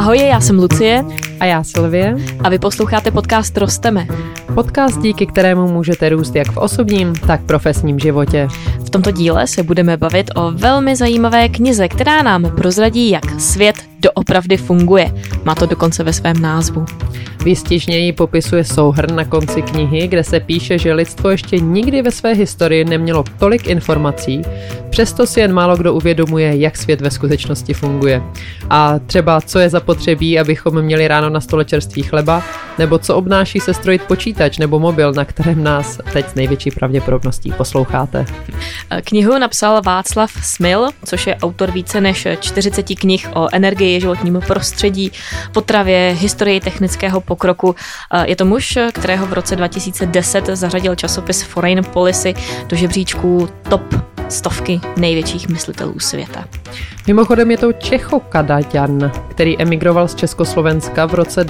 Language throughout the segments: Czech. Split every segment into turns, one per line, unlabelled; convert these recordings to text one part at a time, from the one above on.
Ahoj, já jsem Lucie.
A já Sylvie.
A vy posloucháte podcast Rosteme.
Podcast, díky kterému můžete růst jak v osobním, tak profesním životě.
V tomto díle se budeme bavit o velmi zajímavé knize, která nám prozradí, jak svět doopravdy funguje. Má to dokonce ve svém názvu.
Výstižně ji popisuje souhrn na konci knihy, kde se píše, že lidstvo ještě nikdy ve své historii nemělo tolik informací, přesto si jen málo kdo uvědomuje, jak svět ve skutečnosti funguje. A třeba co je zapotřebí, abychom měli ráno na stole čerstvý chleba, nebo co obnáší sestrojit počítač nebo mobil, na kterém nás teď s největší pravděpodobností posloucháte.
Knihu napsal Václav Smil, což je autor více než 40 knih o energii, životním prostředí, potravě, historii technického pokroku. Je to muž, kterého v roce 2010 zařadil časopis Foreign Policy do žebříčku top 100 největších myslitelů světa.
Mimochodem je to Čechokadaďan, který emigroval z Československa v roce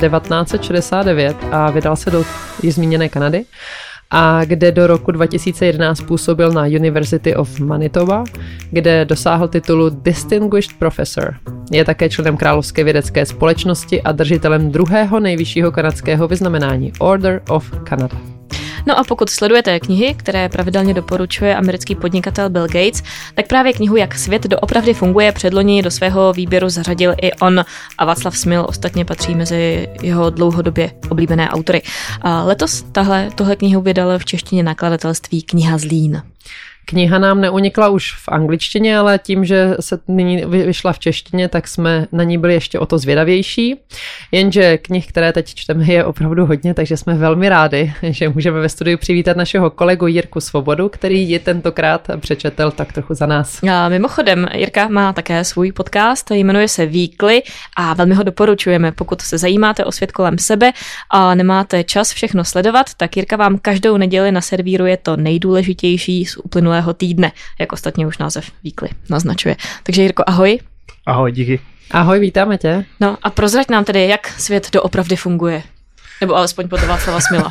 1969 a vydal se do již zmíněné Kanady, a kde do roku 2011 působil na University of Manitoba, kde dosáhl titulu Distinguished Professor. Je také členem Královské vědecké společnosti a držitelem druhého nejvyššího kanadského vyznamenání Order of Canada.
No a pokud sledujete knihy, které pravidelně doporučuje americký podnikatel Bill Gates, tak právě knihu Jak svět doopravdy funguje předloni do svého výběru zařadil i on, a Václav Smil ostatně patří mezi jeho dlouhodobě oblíbené autory. A letos tohle knihu vydal v češtině nakladatelství Kniha Zlín.
Kniha nám neunikla už v angličtině, ale tím, že se nyní vyšla v češtině, tak jsme na ní byli ještě o to zvědavější. Jenže knih, které teď čteme, je opravdu hodně, takže jsme velmi rádi, že můžeme ve studiu přivítat našeho kolegu Jirku Svobodu, který ji tentokrát přečetl tak trochu za nás.
A mimochodem, Jirka má také svůj podcast, jmenuje se Weekly a velmi ho doporučujeme. Pokud se zajímáte o svět kolem sebe a nemáte čas všechno sledovat, tak Jirka vám každou neděli naservíruje to nejdůležitější z uplynulého týdne, jak ostatně už název Weekly naznačuje. Takže Jirko, ahoj.
Ahoj, díky.
Ahoj, vítáme tě.
No a prozrať nám tedy, jak svět doopravdy funguje. Nebo alespoň podle Václava Smila.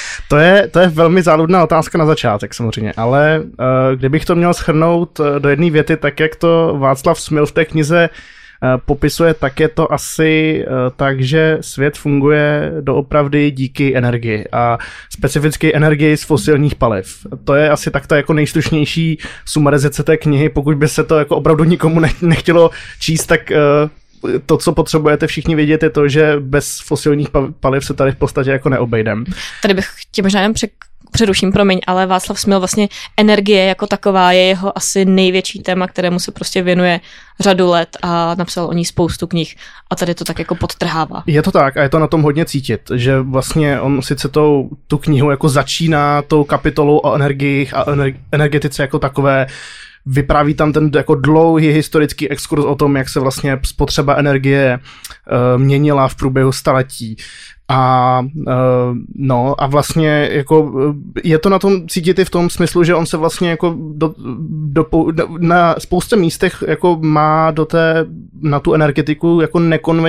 To je velmi záludná otázka na začátek samozřejmě, ale kdybych to měl shrnout do jedné věty, tak jak to Václav Smil v té knize popisuje, tak je to asi tak, že svět funguje doopravdy díky energii a specificky energii z fosilních paliv. To je asi takto jako nejstručnější sumarizace té knihy, pokud by se to jako opravdu nikomu nechtělo číst, tak to, co potřebujete všichni vědět, je to, že bez fosilních paliv se tady v podstatě jako neobejdem.
Tady bych tě možná jen přeruším, promiň, ale Václav Smil vlastně energie jako taková je jeho asi největší téma, kterému se prostě věnuje řadu let a napsal o ní spoustu knih a tady to tak jako podtrhává.
Je to tak a je to na tom hodně cítit, že vlastně on sice tu knihu jako začíná tou kapitolou o energiích a energetice jako takové, vypráví tam ten jako dlouhý historický exkurs o tom, jak se vlastně spotřeba energie měnila v průběhu staletí. A vlastně jako je to na tom cítit i v tom smyslu, že on se vlastně jako na spoustě místech jako má na tu energetiku jako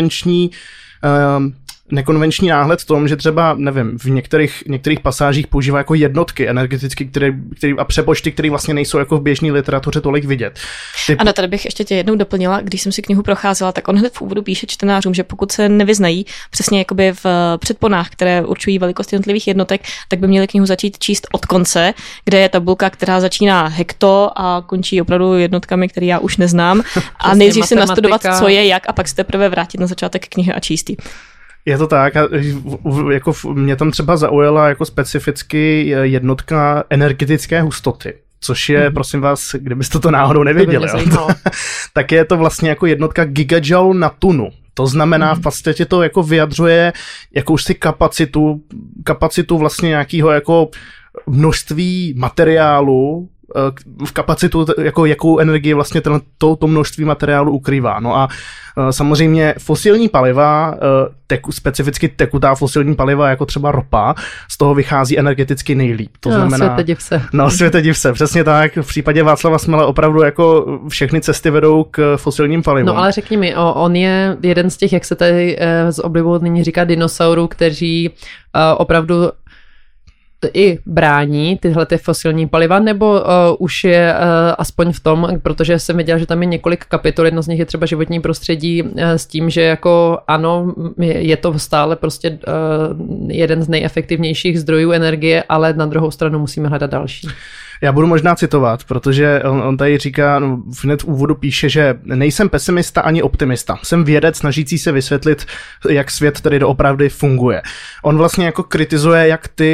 nekonvenční náhled v tom, že třeba, nevím, v některých pasážích používá jako jednotky energeticky, které a přepočty, které vlastně nejsou jako v běžné literatuře tolik vidět.
Ano, tady bych ještě tě jednou doplnila, když jsem si knihu procházela, tak on hned v úvodu píše čtenářům, že pokud se nevyznají přesně jakoby v předponách, které určují velikost jednotlivých jednotek, tak by měli knihu začít číst od konce, kde je tabulka, která začíná hekto a končí opravdu jednotkami, které já už neznám. A nejdřív si nastudovat, co je jak, a pak si teprve vrátit na začátek knihy a číst ji.
Je to tak, jako mě tam třeba zaujala jako specificky jednotka energetické hustoty, což je, prosím vás, kdybyste to náhodou nevěděli, tak je to vlastně jako jednotka gigajoule na tunu. To znamená, v podstatě to jako vyjadřuje jakousi kapacitu vlastně nějakého jako množství materiálu, v kapacitu, jako jakou energii vlastně to množství materiálu ukrývá. No a samozřejmě fosilní paliva, specificky tekutá fosilní paliva, jako třeba ropa, z toho vychází energeticky nejlíp. To znamená,
světe div se.
No, světe div se, přesně tak. V případě Václava Smila opravdu jako všechny cesty vedou k fosilním palivům.
No ale řekni mi, on je jeden z těch, jak se tady z oblibou nyní říká, dinosaurů, kteří opravdu i brání tyhle ty fosilní paliva, nebo už je aspoň v tom, protože jsem viděla, že tam je několik kapitol, jedno z nich je třeba životní prostředí s tím, že jako ano, je to stále prostě jeden z nejefektivnějších zdrojů energie, ale na druhou stranu musíme hledat další.
Já budu možná citovat, protože on tady říká, no, hned v úvodu píše, že nejsem pesimista ani optimista. Jsem vědec snažící se vysvětlit, jak svět tady doopravdy funguje. On vlastně jako kritizuje,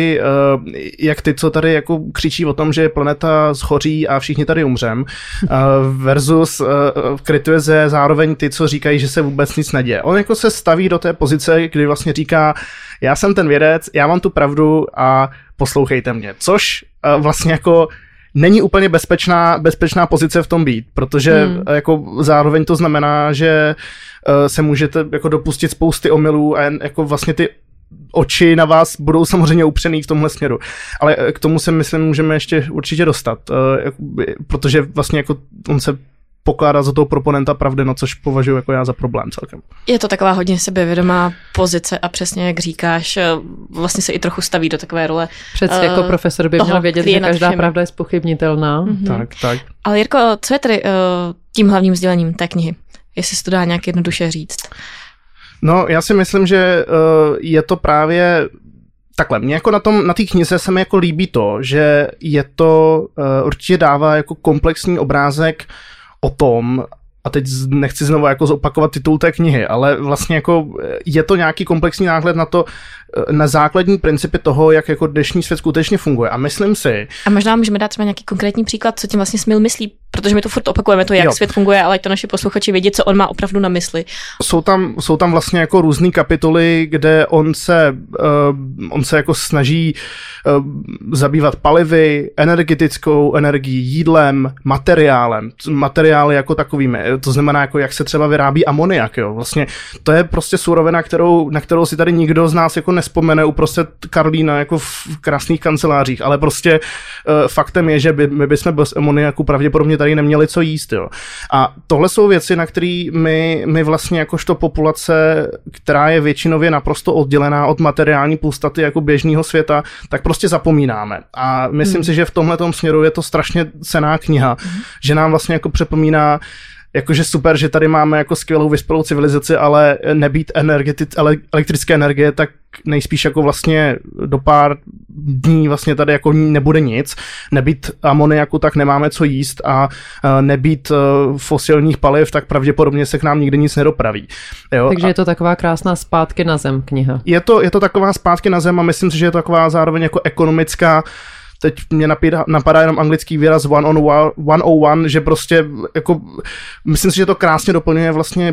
jak ty, co tady jako křičí o tom, že planeta schoří a všichni tady umřem, versus kritizuje zároveň ty, co říkají, že se vůbec nic neděje. On jako se staví do té pozice, kdy vlastně říká, já jsem ten vědec, já mám tu pravdu a poslouchejte mě. Což vlastně jako není úplně bezpečná pozice v tom být, protože jako zároveň to znamená, že se můžete jako dopustit spousty omylů a jako vlastně ty oči na vás budou samozřejmě upřený v tomhle směru. Ale k tomu se myslím, můžeme ještě určitě dostat, protože vlastně jako on se pokládá za toho proponenta pravdy, no což považuji jako já za problém celkem.
Je to taková hodně sebevědomá pozice a přesně jak říkáš, vlastně se i trochu staví do takové role.
Přece jako profesor by měl vědět, že každá pravda je zpochybnitelná.
Tak.
Ale Jirko, co je tedy tím hlavním sdělením té knihy? Jestli se to dá nějak jednoduše říct.
No, já si myslím, že je to právě takhle. Mně jako na té knize se mi jako líbí to, že je to určitě dává jako komplexní obrázek o tom, a teď nechci znovu jako zopakovat titul té knihy, ale vlastně jako je to nějaký komplexní náhled na to, na základní principy toho, jak jako dnešní svět skutečně funguje. A myslím si...
A možná můžeme dát třeba nějaký konkrétní příklad, co tím vlastně Smil myslí, protože my to furt opakujeme, to, jak svět funguje, ale ať to naši posluchači vědí, co on má opravdu na mysli.
Jsou tam vlastně jako různý kapitoly, kde on se jako snaží zabývat palivy, energetickou energií, jídlem, materiály jako takovými. To znamená, jako jak se třeba vyrábí amoniak, jo. Vlastně to je prostě surovina, na kterou si tady nikdo z nás jako nespomene uprostřed Karlína jako v krásných kancelářích, ale prostě faktem je, že my bychom bez amoniaku pravděpodobně tady neměli co jíst, jo. A tohle jsou věci, na které my vlastně jakožto populace, která je většinově naprosto oddělená od materiální podstaty jako běžného světa, tak prostě zapomínáme. A myslím si, že v tomhletom směru je to strašně cenná kniha, že nám vlastně jako připomíná, jakože super, že tady máme jako skvělou vyspělou civilizaci, ale nebýt elektrické energie, tak nejspíš jako vlastně do pár dní vlastně tady jako nebude nic. Nebýt amoniaku, tak nemáme co jíst a nebýt fosilních paliv, tak pravděpodobně se k nám nikdy nic nedopraví. Jo?
Takže je to taková krásná zpátky na zem kniha.
Je to taková zpátky na zem a myslím si, že je to taková zároveň jako ekonomická. Teď mě napadá jenom anglický výraz 101, že prostě jako, myslím si, že to krásně doplňuje vlastně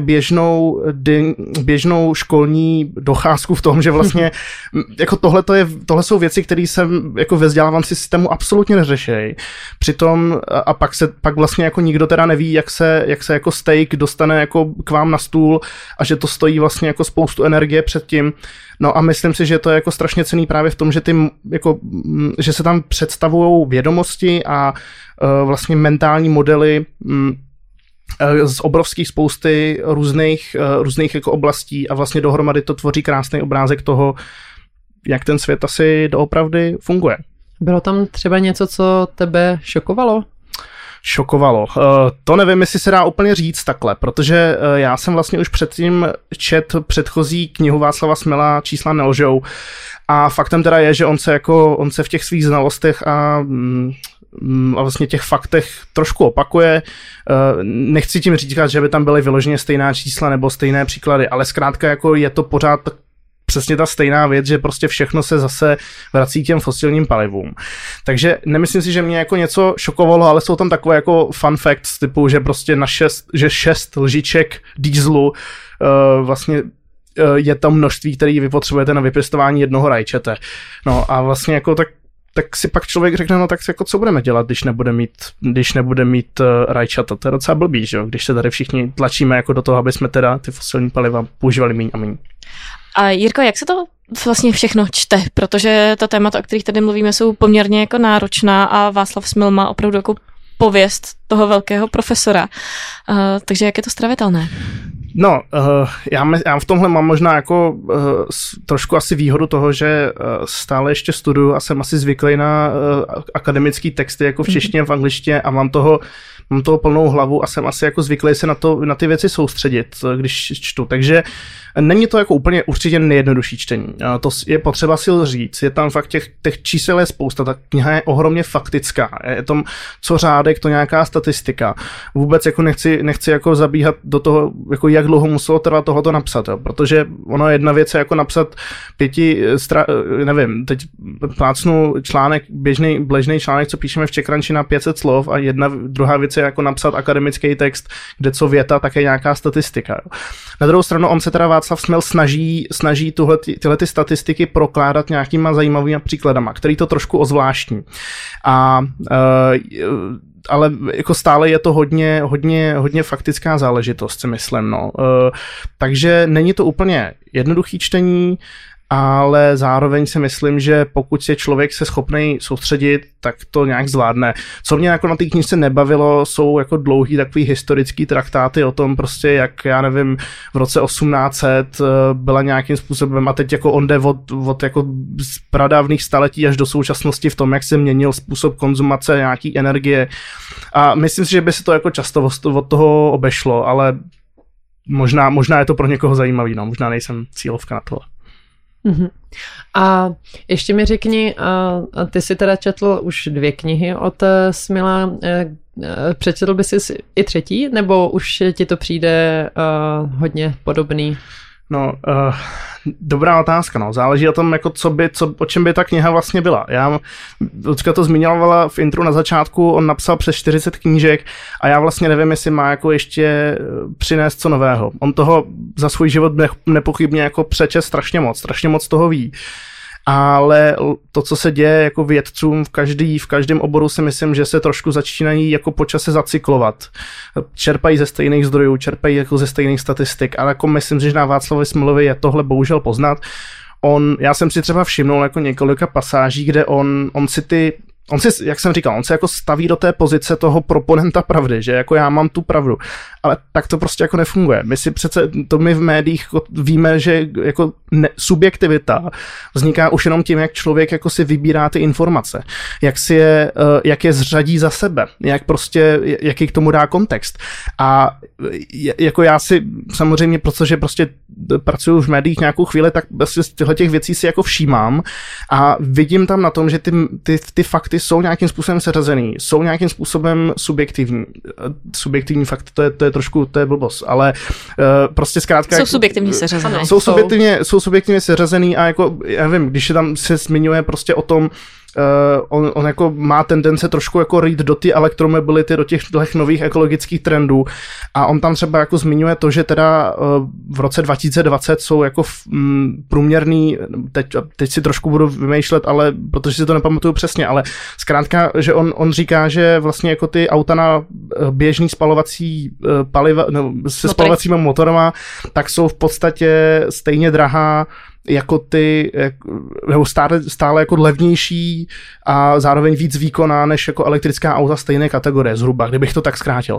běžnou školní docházku v tom, že vlastně jako tohle jsou věci, které se jako ve vzdělávací systému absolutně neřešejí. Přitom a pak vlastně jako nikdo teda neví, jak se jako steak dostane jako k vám na stůl a že to stojí vlastně jako spoustu energie předtím. No a myslím si, že to je jako strašně cenný právě v tom, že že se tam představují vědomosti a vlastně mentální modely z obrovských spousty různých jako oblastí a vlastně dohromady to tvoří krásný obrázek toho, jak ten svět asi doopravdy funguje.
Bylo tam třeba něco, co tebe šokovalo?
Šokovalo. To nevím, jestli se dá úplně říct takhle, protože já jsem vlastně už předtím četl předchozí knihu Václava Smila Čísla nelžou a faktem teda je, že on se v těch svých znalostech a vlastně těch faktech trošku opakuje. Nechci tím říkat, že by tam byly vyloženě stejná čísla nebo stejné příklady, ale zkrátka jako je to pořád přesně ta stejná věc, že prostě všechno se zase vrací k těm fosilním palivům. Takže nemyslím si, že mě jako něco šokovalo, ale jsou tam takové jako fun facts typu, že prostě že 6 lžiček dieselu vlastně je tam množství, které vy potřebujete na vypěstování jednoho rajčete. No a vlastně jako tak si pak člověk řekne, no tak jako co budeme dělat, když nebude mít rajčata. To je docela blbý, že jo? Když se tady všichni tlačíme jako do toho, aby jsme teda ty fosilní paliva používali míň a míň.
A Jirko, jak se to vlastně všechno čte? Protože ta témata, o kterých tady mluvíme, jsou poměrně jako náročná a Václav Smil má opravdu jako pověst toho velkého profesora. Takže jak je to stravitelné?
No, já v tomhle mám možná jako trošku asi výhodu toho, že stále ještě studuju a jsem asi zvyklý na akademický texty jako v češtině, v angličtině a mám toho plnou hlavu a jsem asi jako zvyklý se na ty věci soustředit, když čtu. Takže není to jako úplně určitě nejjednodušší čtení. To je potřeba si říct. Je tam fakt těch čísel je spousta. Ta kniha je ohromně faktická. Je tam co řádek, to nějaká statistika. Vůbec jako nechci jako zabíhat do toho, jako jak dlouho muselo trvat tohoto napsat, jo? Protože ono jedna věc je jako napsat nevím, teď plácnu článek, běžný článek, co píšeme v CzechCrunchi na 500 slov a druhá věc je jako napsat akademický text, kde co věta, tak je nějaká statistika. Jo? Na druhou stranu on se teda Václav Smil snaží tyhle ty statistiky prokládat nějakýma zajímavými příkladama, který to trošku ozvláštní. Ale jako stále je to hodně faktická záležitost, si myslím. No. Takže není to úplně jednoduchý čtení, ale zároveň si myslím, že pokud je člověk se schopný soustředit, tak to nějak zvládne. Co mě jako na té knížce nebavilo, jsou jako dlouhý takový historický traktáty o tom prostě, jak já nevím, v roce 1800 byla nějakým způsobem a teď jako on jde od jako z pradávných staletí až do současnosti v tom, jak se měnil způsob konzumace nějaký energie. A myslím si, že by se to jako často od toho obešlo, ale možná je to pro někoho zajímavý, no, možná nejsem cílovka na tohle.
Mm-hmm. A ještě mi řekni, ty jsi teda četl už 2 knihy od Smila, přečetl by si i 3, nebo už ti to přijde hodně podobný?
No, dobrá otázka, no. Záleží o tom, jako o čem by ta kniha vlastně byla. Lucka to zmiňovala v intru na začátku, on napsal přes 40 knížek a já vlastně nevím, jestli má jako ještě přinést co nového. On toho za svůj život nepochybně jako přečet strašně moc toho ví. Ale to, co se děje jako vědcům v každém oboru, si myslím, že se trošku začínají jako po čase zacyklovat. Čerpají ze stejných zdrojů, čerpají jako ze stejných statistik, ale jako myslím, že na Václavovi Smilovi je tohle bohužel poznat. Já jsem si třeba všimnul jako několika pasáží, kde on si, jak jsem říkal, on se jako staví do té pozice toho proponenta pravdy, že jako já mám tu pravdu, ale tak to prostě jako nefunguje. My v médiích víme, že jako subjektivita vzniká už jenom tím, jak člověk jako si vybírá ty informace, jak je zřadí za sebe, jaký k tomu dá kontext. A jako já si samozřejmě, protože prostě pracuju v médiích nějakou chvíli, tak z těchto věcí si jako všímám a vidím tam na tom, že ty fakty jsou nějakým způsobem seřazený, jsou nějakým způsobem subjektivní. Subjektivní fakty, to je blbost, ale prostě zkrátka...
Jsou subjektivně seřazené.
Jsou subjektivně seřazený a jako, já vím, když se tam se zmiňuje prostě o tom, on jako má tendence trošku jako rýt do ty elektromobility, do těch nových ekologických trendů a on tam třeba jako zmiňuje to, že teda v roce 2020 jsou jako průměrný, teď si trošku budu vymýšlet, ale protože si to nepamatuju přesně, ale zkrátka, že on říká, že vlastně jako ty auta na běžný spalovací paliva, se spalovacíma motorama, tak jsou v podstatě stejně drahá jako nebo stále jako levnější a zároveň víc výkonná než jako elektrická auta stejné kategorie zhruba, kdybych to tak zkrátil.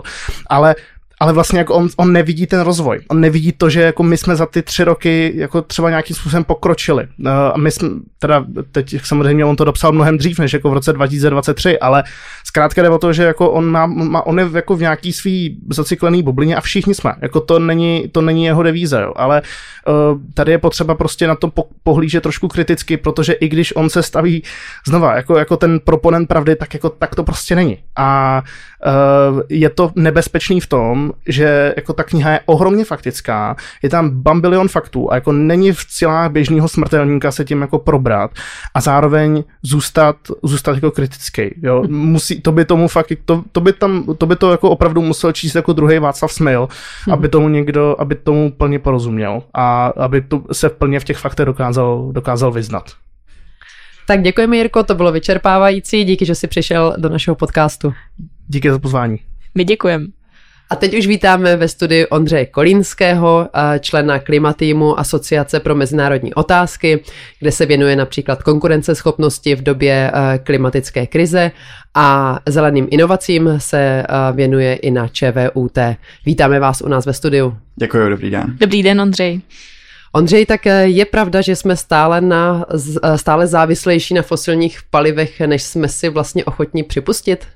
Ale vlastně jako on nevidí ten rozvoj. On nevidí to, že jako my jsme za ty 3 roky jako třeba nějakým způsobem pokročili. A my jsme, teda teď samozřejmě on to dopsal mnohem dřív, než jako v roce 2023, ale zkrátka jde o to, že jako on je jako v nějaký svý zacyklený bublině a všichni jsme. Jako to není jeho devíze, jo. Ale tady je potřeba prostě na to pohlížet trošku kriticky, protože i když on se staví znova jako ten proponent pravdy, tak to prostě není. A je to nebezpečný v tom, že jako ta kniha je ohromně faktická, je tam bambilion faktů a jako není v silách běžného smrtelníka se tím jako probrat a zároveň zůstat jako kritický. Jo? To by to jako opravdu musel číst jako druhý Václav Smil, aby tomu plně porozuměl a aby to se plně v těch faktech dokázal vyznat.
Tak děkujeme, Jirko, to bylo vyčerpávající, díky, že jsi přišel do našeho podcastu.
Díky za pozvání.
My děkujeme.
A teď už vítáme ve studiu Ondřeje Kolínského, člena klimatýmu Asociace pro mezinárodní otázky, kde se věnuje například konkurenceschopnosti v době klimatické krize a zeleným inovacím se věnuje i na ČVUT. Vítáme vás u nás ve studiu.
Děkuji, dobrý den.
Dobrý den, Ondřej.
Ondřej, tak je pravda, že jsme stále závislejší na fosilních palivech, než jsme si vlastně ochotní připustit?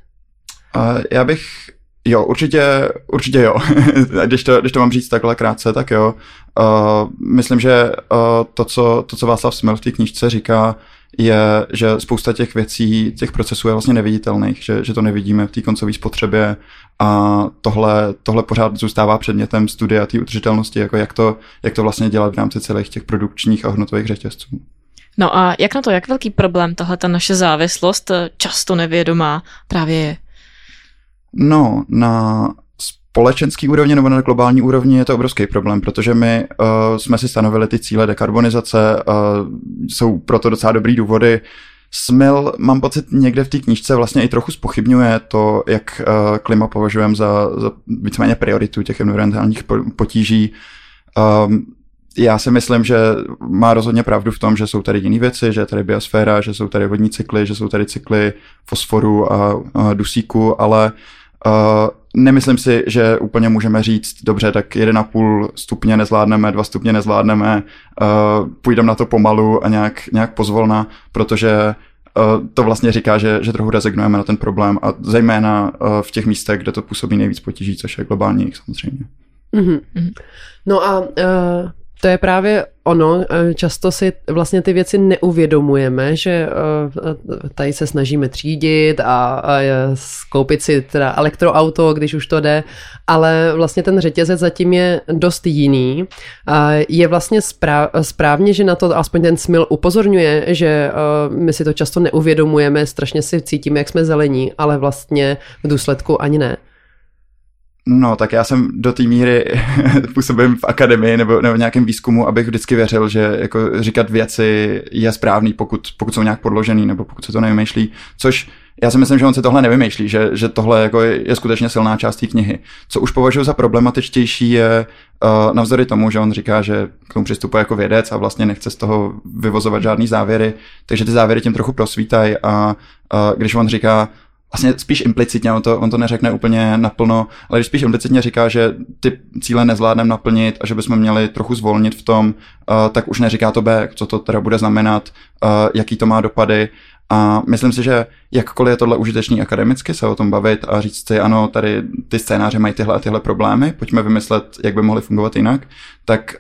Určitě jo. když to mám říct takhle krátce, tak jo. Myslím, že to, co Václav Smil v té knížce říká, je, že spousta těch věcí, těch procesů je vlastně neviditelných, že to nevidíme v té koncové spotřebě a tohle pořád zůstává předmětem studia té udržitelnosti, jako jak to vlastně dělat v rámci celých těch produkčních a hodnotových řetězců.
No a jak velký problém tahleta naše závislost často nevědomá právě je?
No, na společenský úrovni nebo na globální úrovni je to obrovský problém, protože my jsme si stanovili ty cíle dekarbonizace, jsou proto docela dobrý důvody. Smil, mám pocit, někde v té knížce vlastně i trochu zpochybňuje to, jak klima považujeme za víceméně prioritu těch environmentálních potíží. Já si myslím, že má rozhodně pravdu v tom, že jsou tady jiné věci, že je tady biosféra, že jsou tady vodní cykly, že jsou tady cykly fosforu a dusíku, ale nemyslím si, že úplně můžeme říct, dobře, tak 1,5 stupně nezvládneme, 2 stupně nezvládneme, půjdeme na to pomalu a nějak pozvolna, protože to vlastně říká, že trochu rezignujeme na ten problém a zejména v těch místech, kde to působí nejvíc potíží, což je globální samozřejmě.
Mm-hmm. No a to je právě ono, často si vlastně ty věci neuvědomujeme, že tady se snažíme třídit a koupit si teda elektroauto, když už to jde, ale vlastně ten řetězec zatím je dost jiný. Je vlastně správně, že na to aspoň ten Smil upozorňuje, že my si to často neuvědomujeme, strašně si cítíme, jak jsme zelení, ale vlastně v důsledku ani ne.
No, tak já jsem do té míry působím v akademii nebo v nějakém výzkumu, abych vždycky věřil, že jako říkat věci je správný, pokud jsou nějak podložený nebo pokud se to nevymýšlí, což já si myslím, že on se tohle nevymýšlí, že tohle jako je skutečně silná část té knihy. Co už považuji za problematičtější je navzdory tomu, že on říká, že k tomu přistupuje jako vědec a vlastně nechce z toho vyvozovat žádný závěry, takže ty závěry tím trochu prosvítají a když on říká, vlastně spíš implicitně, on to neřekne úplně naplno, ale když spíš implicitně říká, že ty cíle nezvládneme naplnit a že bychom měli trochu zvolnit v tom, tak už neříká to B, co to teda bude znamenat, jaký to má dopady. A myslím si, že jakkoliv je tohle užitečný akademicky se o tom bavit a říct si, ano, tady ty scénáře mají tyhle a tyhle problémy, pojďme vymyslet, jak by mohly fungovat jinak, tak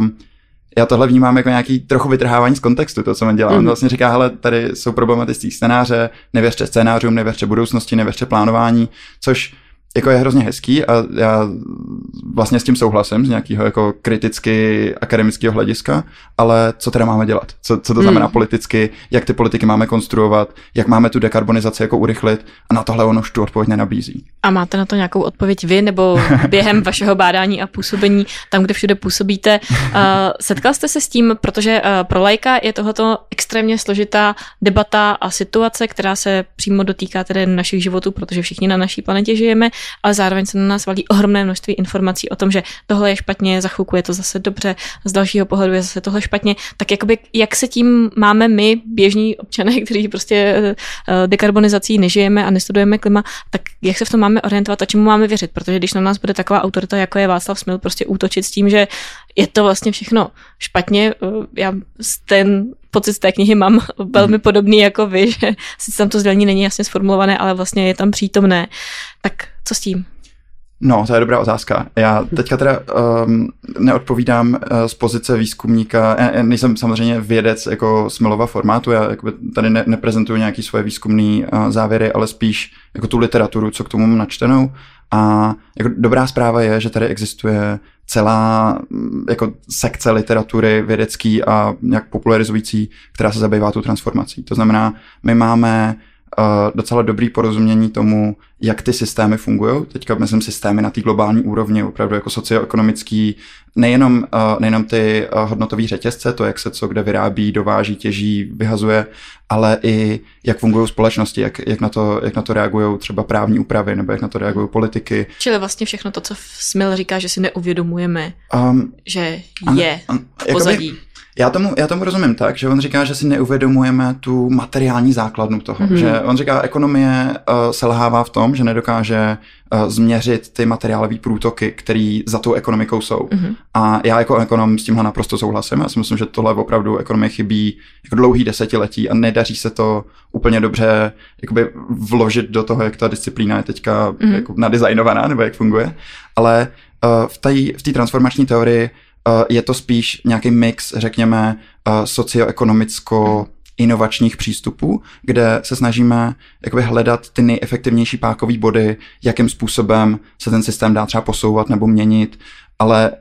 já tohle vnímám jako nějaký trochu vytrhávání z kontextu, to, co on dělá. On vlastně říká, hele, tady jsou problematické scénáře, nevěřte scénářům, nevěřte budoucnosti, nevěřte plánování, což jako je hrozně hezký a já vlastně s tím souhlasím z nějakého jako kriticky akademického hlediska, ale co teda máme dělat? Co to znamená politicky, jak ty politiky máme konstruovat, jak máme tu dekarbonizaci jako urychlit a na tohle on už tu odpověď nenabízí.
A máte na to nějakou odpověď vy nebo během vašeho bádání a působení tam, kde všude působíte? Setkal jste se s tím, protože pro laika je tohoto extrémně složitá debata a situace, která se přímo dotýká tedy našich životů, protože všichni na naší planetě žijeme, ale zároveň se na nás valí ohromné množství informací o tom, že tohle je špatně, za chvilku je to zase dobře, z dalšího pohledu je zase tohle špatně, tak jakoby, jak se tím máme my, běžní občané, kteří prostě dekarbonizací nežijeme a nestudujeme klima, tak jak se v tom máme orientovat a čemu máme věřit, protože když na nás bude taková autorita, jako je Václav Smil, prostě útočit s tím, že je to vlastně všechno špatně, já ten pocit z té knihy mám velmi podobný jako vy, že sice tam to sdělení není jasně sformulované, ale vlastně je tam přítomné. Tak co s tím?
No, to je dobrá otázka. Já teďka teda neodpovídám z pozice výzkumníka. Já nejsem samozřejmě vědec jako Smilova formátu, já tady neprezentuju nějaký svoje výzkumné závěry, ale spíš jako tu literaturu, co k tomu mám načtenou. A jako dobrá zpráva je, že tady existuje celá jako sekce literatury vědecký a nějak popularizující, která se zabývá tou transformací. To znamená, my máme docela dobrý porozumění tomu, jak ty systémy fungují. Teďka myslím systémy na té globální úrovni, opravdu jako socioekonomický, nejenom ty hodnotové řetězce, to, jak se co kde vyrábí, dováží, těží, vyhazuje, ale i jak fungují společnosti, jak na to reagují třeba právní úpravy, nebo jak na to reagují politiky.
Čili vlastně všechno to, co Smil říká, že si neuvědomujeme, že je v pozadí.
Já tomu rozumím tak, že on říká, že si neuvědomujeme tu materiální základnu toho. Že on říká, ekonomie selhává v tom, že nedokáže změřit ty materiálové průtoky, které za tou ekonomikou jsou. A já jako ekonom s tímhle naprosto souhlasím. Já si myslím, že tohle opravdu ekonomii chybí jako dlouhý desetiletí a nedaří se to úplně dobře jakoby vložit do toho, jak ta disciplína je teďka jako nadizajnovaná, nebo jak funguje. Ale v té transformační teorii je to spíš nějaký mix, řekněme, socioekonomicko-inovačních přístupů, kde se snažíme jakoby hledat ty nejefektivnější pákový body, jakým způsobem se ten systém dá třeba posouvat nebo měnit, ale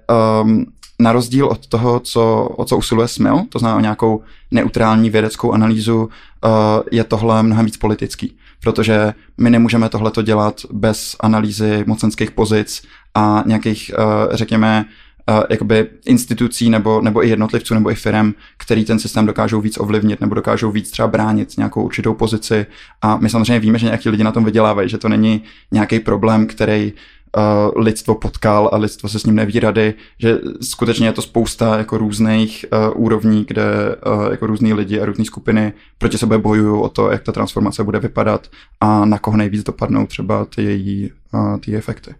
na rozdíl od toho, o co usiluje Smil, to znamená o nějakou neutrální vědeckou analýzu, je tohle mnohem víc politický, protože my nemůžeme tohleto dělat bez analýzy mocenských pozic a nějakých, řekněme, jakoby institucí nebo i jednotlivců nebo i firem, který ten systém dokážou víc ovlivnit nebo dokážou víc třeba bránit nějakou určitou pozici. A my samozřejmě víme, že nějaký lidi na tom vydělávají, že to není nějaký problém, který lidstvo potkal a lidstvo se s ním neví rady, že skutečně je to spousta jako různých úrovní, kde jako různý lidi a různé skupiny proti sobě bojují o to, jak ta transformace bude vypadat a na koho nejvíc dopadnou třeba ty její efekty.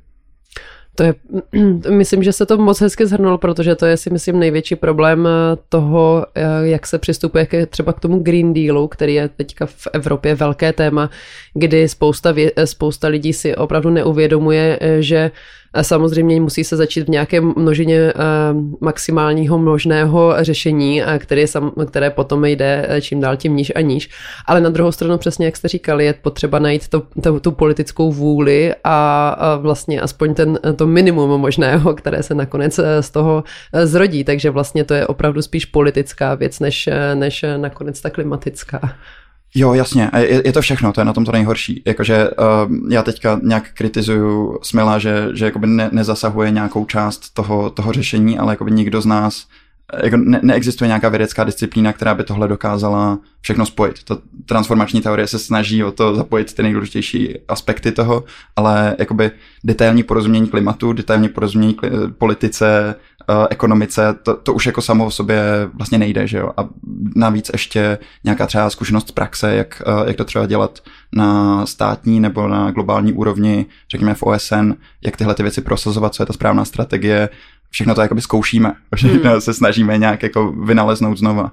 To je, myslím, že se to moc hezky shrnul, protože to je si myslím největší problém toho, jak se přistupuje třeba k tomu Green Dealu, který je teďka v Evropě velké téma, kdy spousta lidí si opravdu neuvědomuje, že samozřejmě musí se začít v nějaké množině maximálního možného řešení, které potom jde čím dál tím níž a níž. Ale na druhou stranu přesně, jak jste říkali, je potřeba najít tu politickou vůli a vlastně aspoň to minimum možného, které se nakonec z toho zrodí. Takže vlastně to je opravdu spíš politická věc, než nakonec ta klimatická.
Jo, jasně, je to všechno, to je na tom to nejhorší. Jakože já teďka nějak kritizuju Smila, že jakoby nezasahuje nějakou část toho řešení, ale jakoby nikdo z nás, jako neexistuje nějaká vědecká disciplína, která by tohle dokázala všechno spojit. Ta transformační teorie se snaží o to zapojit ty nejdůležitější aspekty toho, ale jakoby detailní porozumění klimatu, detailní porozumění politice, ekonomice, to už jako samo o sobě vlastně nejde, že jo? A navíc ještě nějaká třeba zkušenost z praxe, jak to třeba dělat na státní nebo na globální úrovni, řekněme v OSN, jak tyhle ty věci prosazovat, co je ta správná strategie, všechno to jakoby zkoušíme, všechno se snažíme nějak jako vynaleznout znova.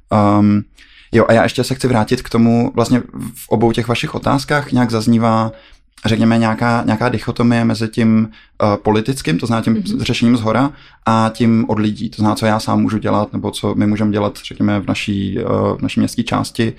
Jo, a já ještě se chci vrátit k tomu, vlastně v obou těch vašich otázkách nějak zaznívá, řekněme, nějaká dichotomie mezi tím politickým, to znamená tím řešením zhora, a tím od lidí, to znamená, co já sám můžu dělat, nebo co my můžeme dělat, řekněme, v naší městské části.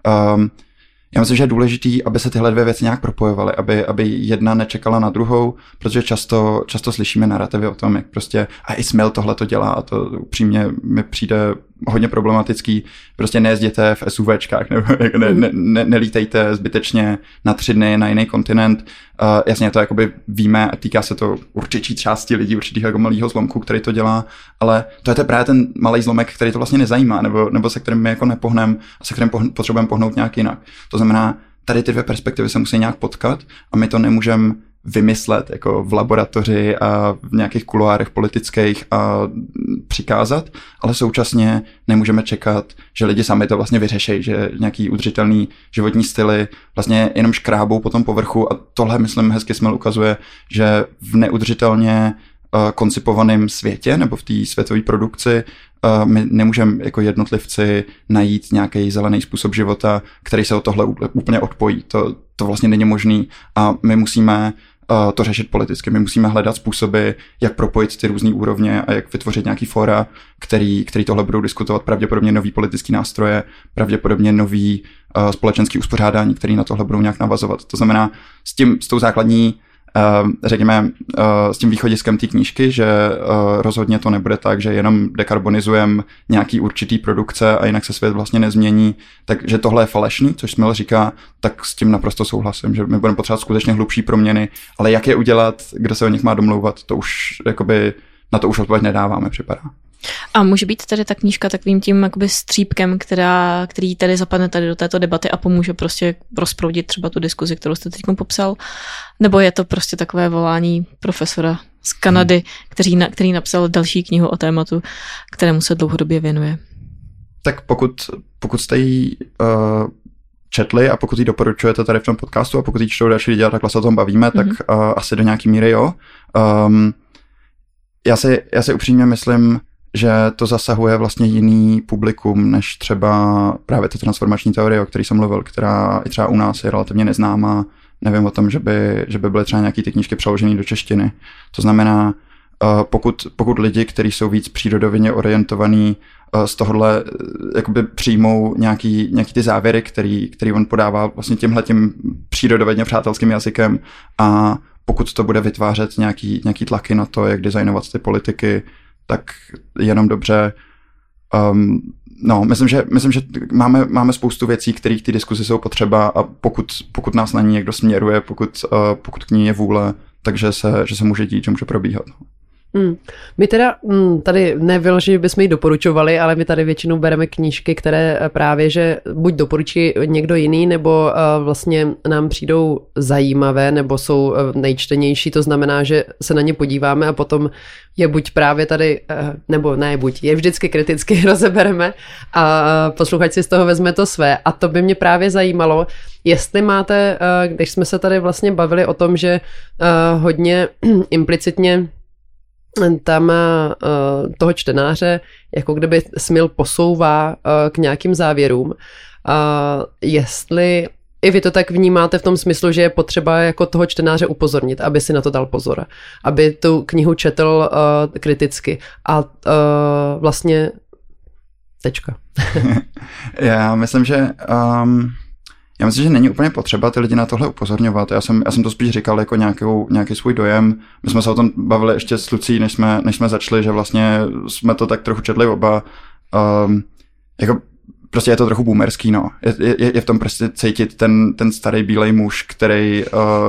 Já myslím, že je důležitý, aby se tyhle dvě věci nějak propojovaly, aby jedna nečekala na druhou, protože často slyšíme narrativy o tom, jak prostě a i Smil tohle to dělá a to upřímně mi přijde hodně problematický. Prostě nejezděte v SUVčkách, nebo jako nelítejte zbytečně na 3 dny na jiný kontinent. Jasně to jakoby víme a týká se to určitý části lidí, určitého jako malého zlomku, který to dělá, ale to je právě ten malý zlomek, který to vlastně nezajímá, nebo se kterým my jako nepohneme a se kterým potřebujeme pohnout nějak jinak. To znamená, tady ty dvě perspektivy se musí nějak potkat a my to nemůžeme vymyslet jako v laboratoři a v nějakých kuloárech politických a přikázat, ale současně nemůžeme čekat, že lidi sami to vlastně vyřeší, že nějaký udržitelný životní styly vlastně jenom škrábou po tom povrchu a tohle, myslím, hezky Smil ukazuje, že v neudržitelně koncipovaném světě nebo v té světové produkci my nemůžeme jako jednotlivci najít nějaký zelený způsob života, který se od tohle úplně odpojí. To vlastně není možný a my musíme to řešit politicky. My musíme hledat způsoby, jak propojit ty různé úrovně a jak vytvořit nějaký fóra, který tohle budou diskutovat, pravděpodobně nový politický nástroje, pravděpodobně nový společenský uspořádání, který na tohle budou nějak navazovat. To znamená, s tou základní řekněme, s tím východiskem té knížky, že rozhodně to nebude tak, že jenom dekarbonizujeme nějaký určitý produkce a jinak se svět vlastně nezmění, takže tohle je falešný, což Smil říká, tak s tím naprosto souhlasím, že my budeme potřebovat skutečně hlubší proměny, ale jak je udělat, kdo se o nich má domlouvat, to už jakoby na to už odpověď nedáváme, připadá.
A může být tady ta knížka takovým tím jakoby střípkem, který tady zapadne tady do této debaty a pomůže prostě rozproudit třeba tu diskuzi, kterou jste teď popsal? Nebo je to prostě takové volání profesora z Kanady, který napsal další knihu o tématu, kterému se dlouhodobě věnuje?
Tak pokud jste ji četli a pokud ji doporučujete tady v tom podcastu a pokud ji čtou další lidi a takhle se o tom bavíme, tak asi do nějaký míry jo. Já si upřímně myslím, že to zasahuje vlastně jiný publikum, než třeba právě ta transformační teorie, o které jsem mluvil, která i třeba u nás je relativně neznámá. Nevím o tom, že by byly třeba nějaký ty knížky přeložené do češtiny. To znamená, pokud lidi, kteří jsou víc přírodovědně orientovaní, z tohohle jakoby přijmou nějaký ty závěry, který on podává vlastně tímhletím přírodovědně přátelským jazykem, a pokud to bude vytvářet nějaký tlaky na to, jak designovat ty politiky, tak jenom dobře. Myslím, že máme spoustu věcí, které v té diskuzi jsou potřeba, a pokud nás na ní někdo směruje, pokud k ní je vůle, takže se může dít, že může probíhat.
My teda tady nebylo, že bychom ji doporučovali, ale my tady většinou bereme knížky, které právě, že buď doporučí někdo jiný, nebo vlastně nám přijdou zajímavé, nebo jsou nejčtenější, to znamená, že se na ně podíváme a potom je buď právě tady, nebo ne buď, je vždycky kriticky rozebereme a posluchač si z toho vezme to své. A to by mě právě zajímalo, jestli máte, když jsme se tady vlastně bavili o tom, že hodně implicitně tam toho čtenáře jako kdyby Smil posouvá k nějakým závěrům. Jestli i vy to tak vnímáte v tom smyslu, že je potřeba jako toho čtenáře upozornit, aby si na to dal pozor, aby tu knihu četl kriticky a vlastně tečka.
Já myslím, že není úplně potřeba ty lidi na tohle upozorňovat. Já jsem to spíš říkal jako nějaký svůj dojem. My jsme se o tom bavili ještě s Lucí, než jsme začali, že vlastně jsme to tak trochu četli oba. Jako prostě je to trochu boomerský, no. Je v tom prostě cítit ten starý bílej muž, který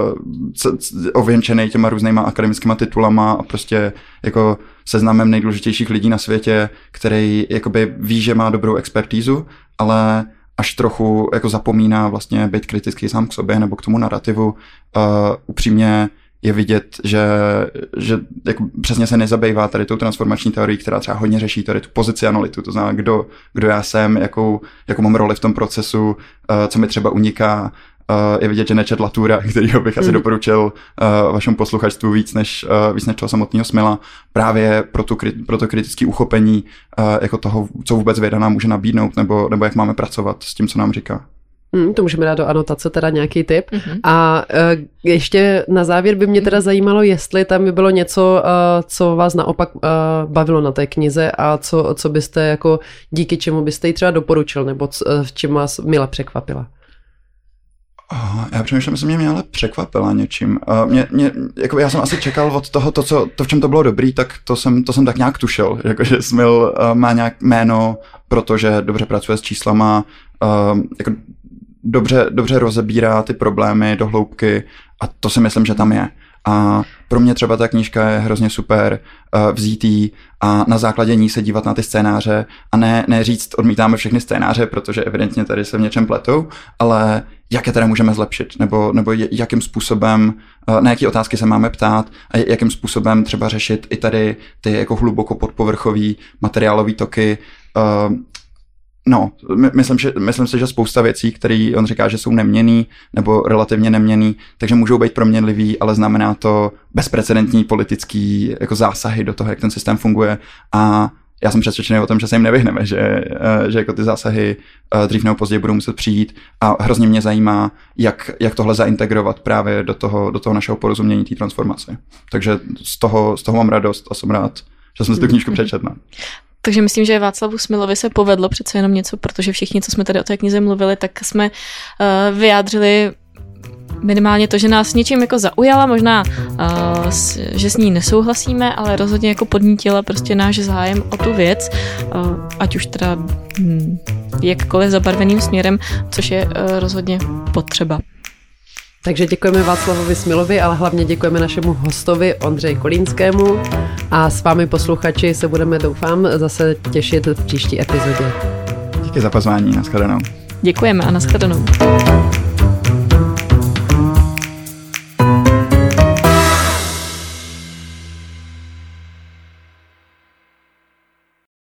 ověnčený těma různýma akademickýma titulama a prostě jako seznamem nejdůležitějších lidí na světě, který jakoby ví, že má dobrou expertízu, ale až trochu jako zapomíná vlastně být kritický sám k sobě nebo k tomu narrativu. Upřímně je vidět, že jako přesně se nezabývá tady tou transformační teorií, která třeba hodně řeší tady tu pozicionalitu, to znamená, kdo já jsem, jakou mám roli v tom procesu, co mi třeba uniká. Je vidět, že nečet Latoura, kterýho bych asi doporučil vašemu posluchačstvu víc než toho samotného Smila, právě pro to kritické uchopení jako toho, co vůbec věda nám může nabídnout, nebo jak máme pracovat s tím, co nám říká.
To můžeme dát do anotace teda nějaký tip. A ještě na závěr by mě teda zajímalo, jestli tam by bylo něco, co vás naopak bavilo na té knize a co byste jako díky čemu byste ji třeba doporučil, nebo v čem vás mile překvapila.
Já přemýšlím, že mě ale překvapila něčím. Jako já jsem asi čekal od toho, to, v čem to bylo dobrý, tak to jsem tak nějak tušil. Jakože Smil má nějak jméno, protože dobře pracuje s číslama, jako dobře rozebírá ty problémy do hloubky, a to si myslím, že tam je. A pro mě třeba ta knížka je hrozně super vzít jí a na základě ní se dívat na ty scénáře a ne říct, odmítáme všechny scénáře, protože evidentně tady se v něčem pletou, ale jak je teda můžeme zlepšit, nebo jakým způsobem, na jaký otázky se máme ptát a jakým způsobem třeba řešit i tady ty jako hluboko podpovrchový materiálový toky. Myslím si, že spousta věcí, které on říká, že jsou neměnný nebo relativně neměnný, takže můžou být proměnlivý, ale znamená to bezprecedentní politický jako zásahy do toho, jak ten systém funguje, a já jsem přesvědčený o tom, že se jim nevyhneme, že jako ty zásahy dřív nebo později budou muset přijít, a hrozně mě zajímá, jak tohle zaintegrovat právě do toho našeho porozumění té transformace. Takže z toho mám radost a jsem rád, že jsem si tu knížku přečetl.
Takže myslím, že Václavu Smilovi se povedlo přece jenom něco, protože všichni, co jsme tady o té knize mluvili, tak jsme vyjádřili minimálně to, že nás něčím jako zaujala, možná, že s ní nesouhlasíme, ale rozhodně jako podnítila prostě náš zájem o tu věc, ať už teda jakkoliv zabarveným směrem, což je rozhodně potřeba.
Takže děkujeme Václavovi Smilovi, ale hlavně děkujeme našemu hostovi Ondřeji Kolínskému a s vámi posluchači se budeme, doufám, zase těšit v příští epizodě.
Díky za pozvání, nashledanou.
Děkujeme a nashledanou.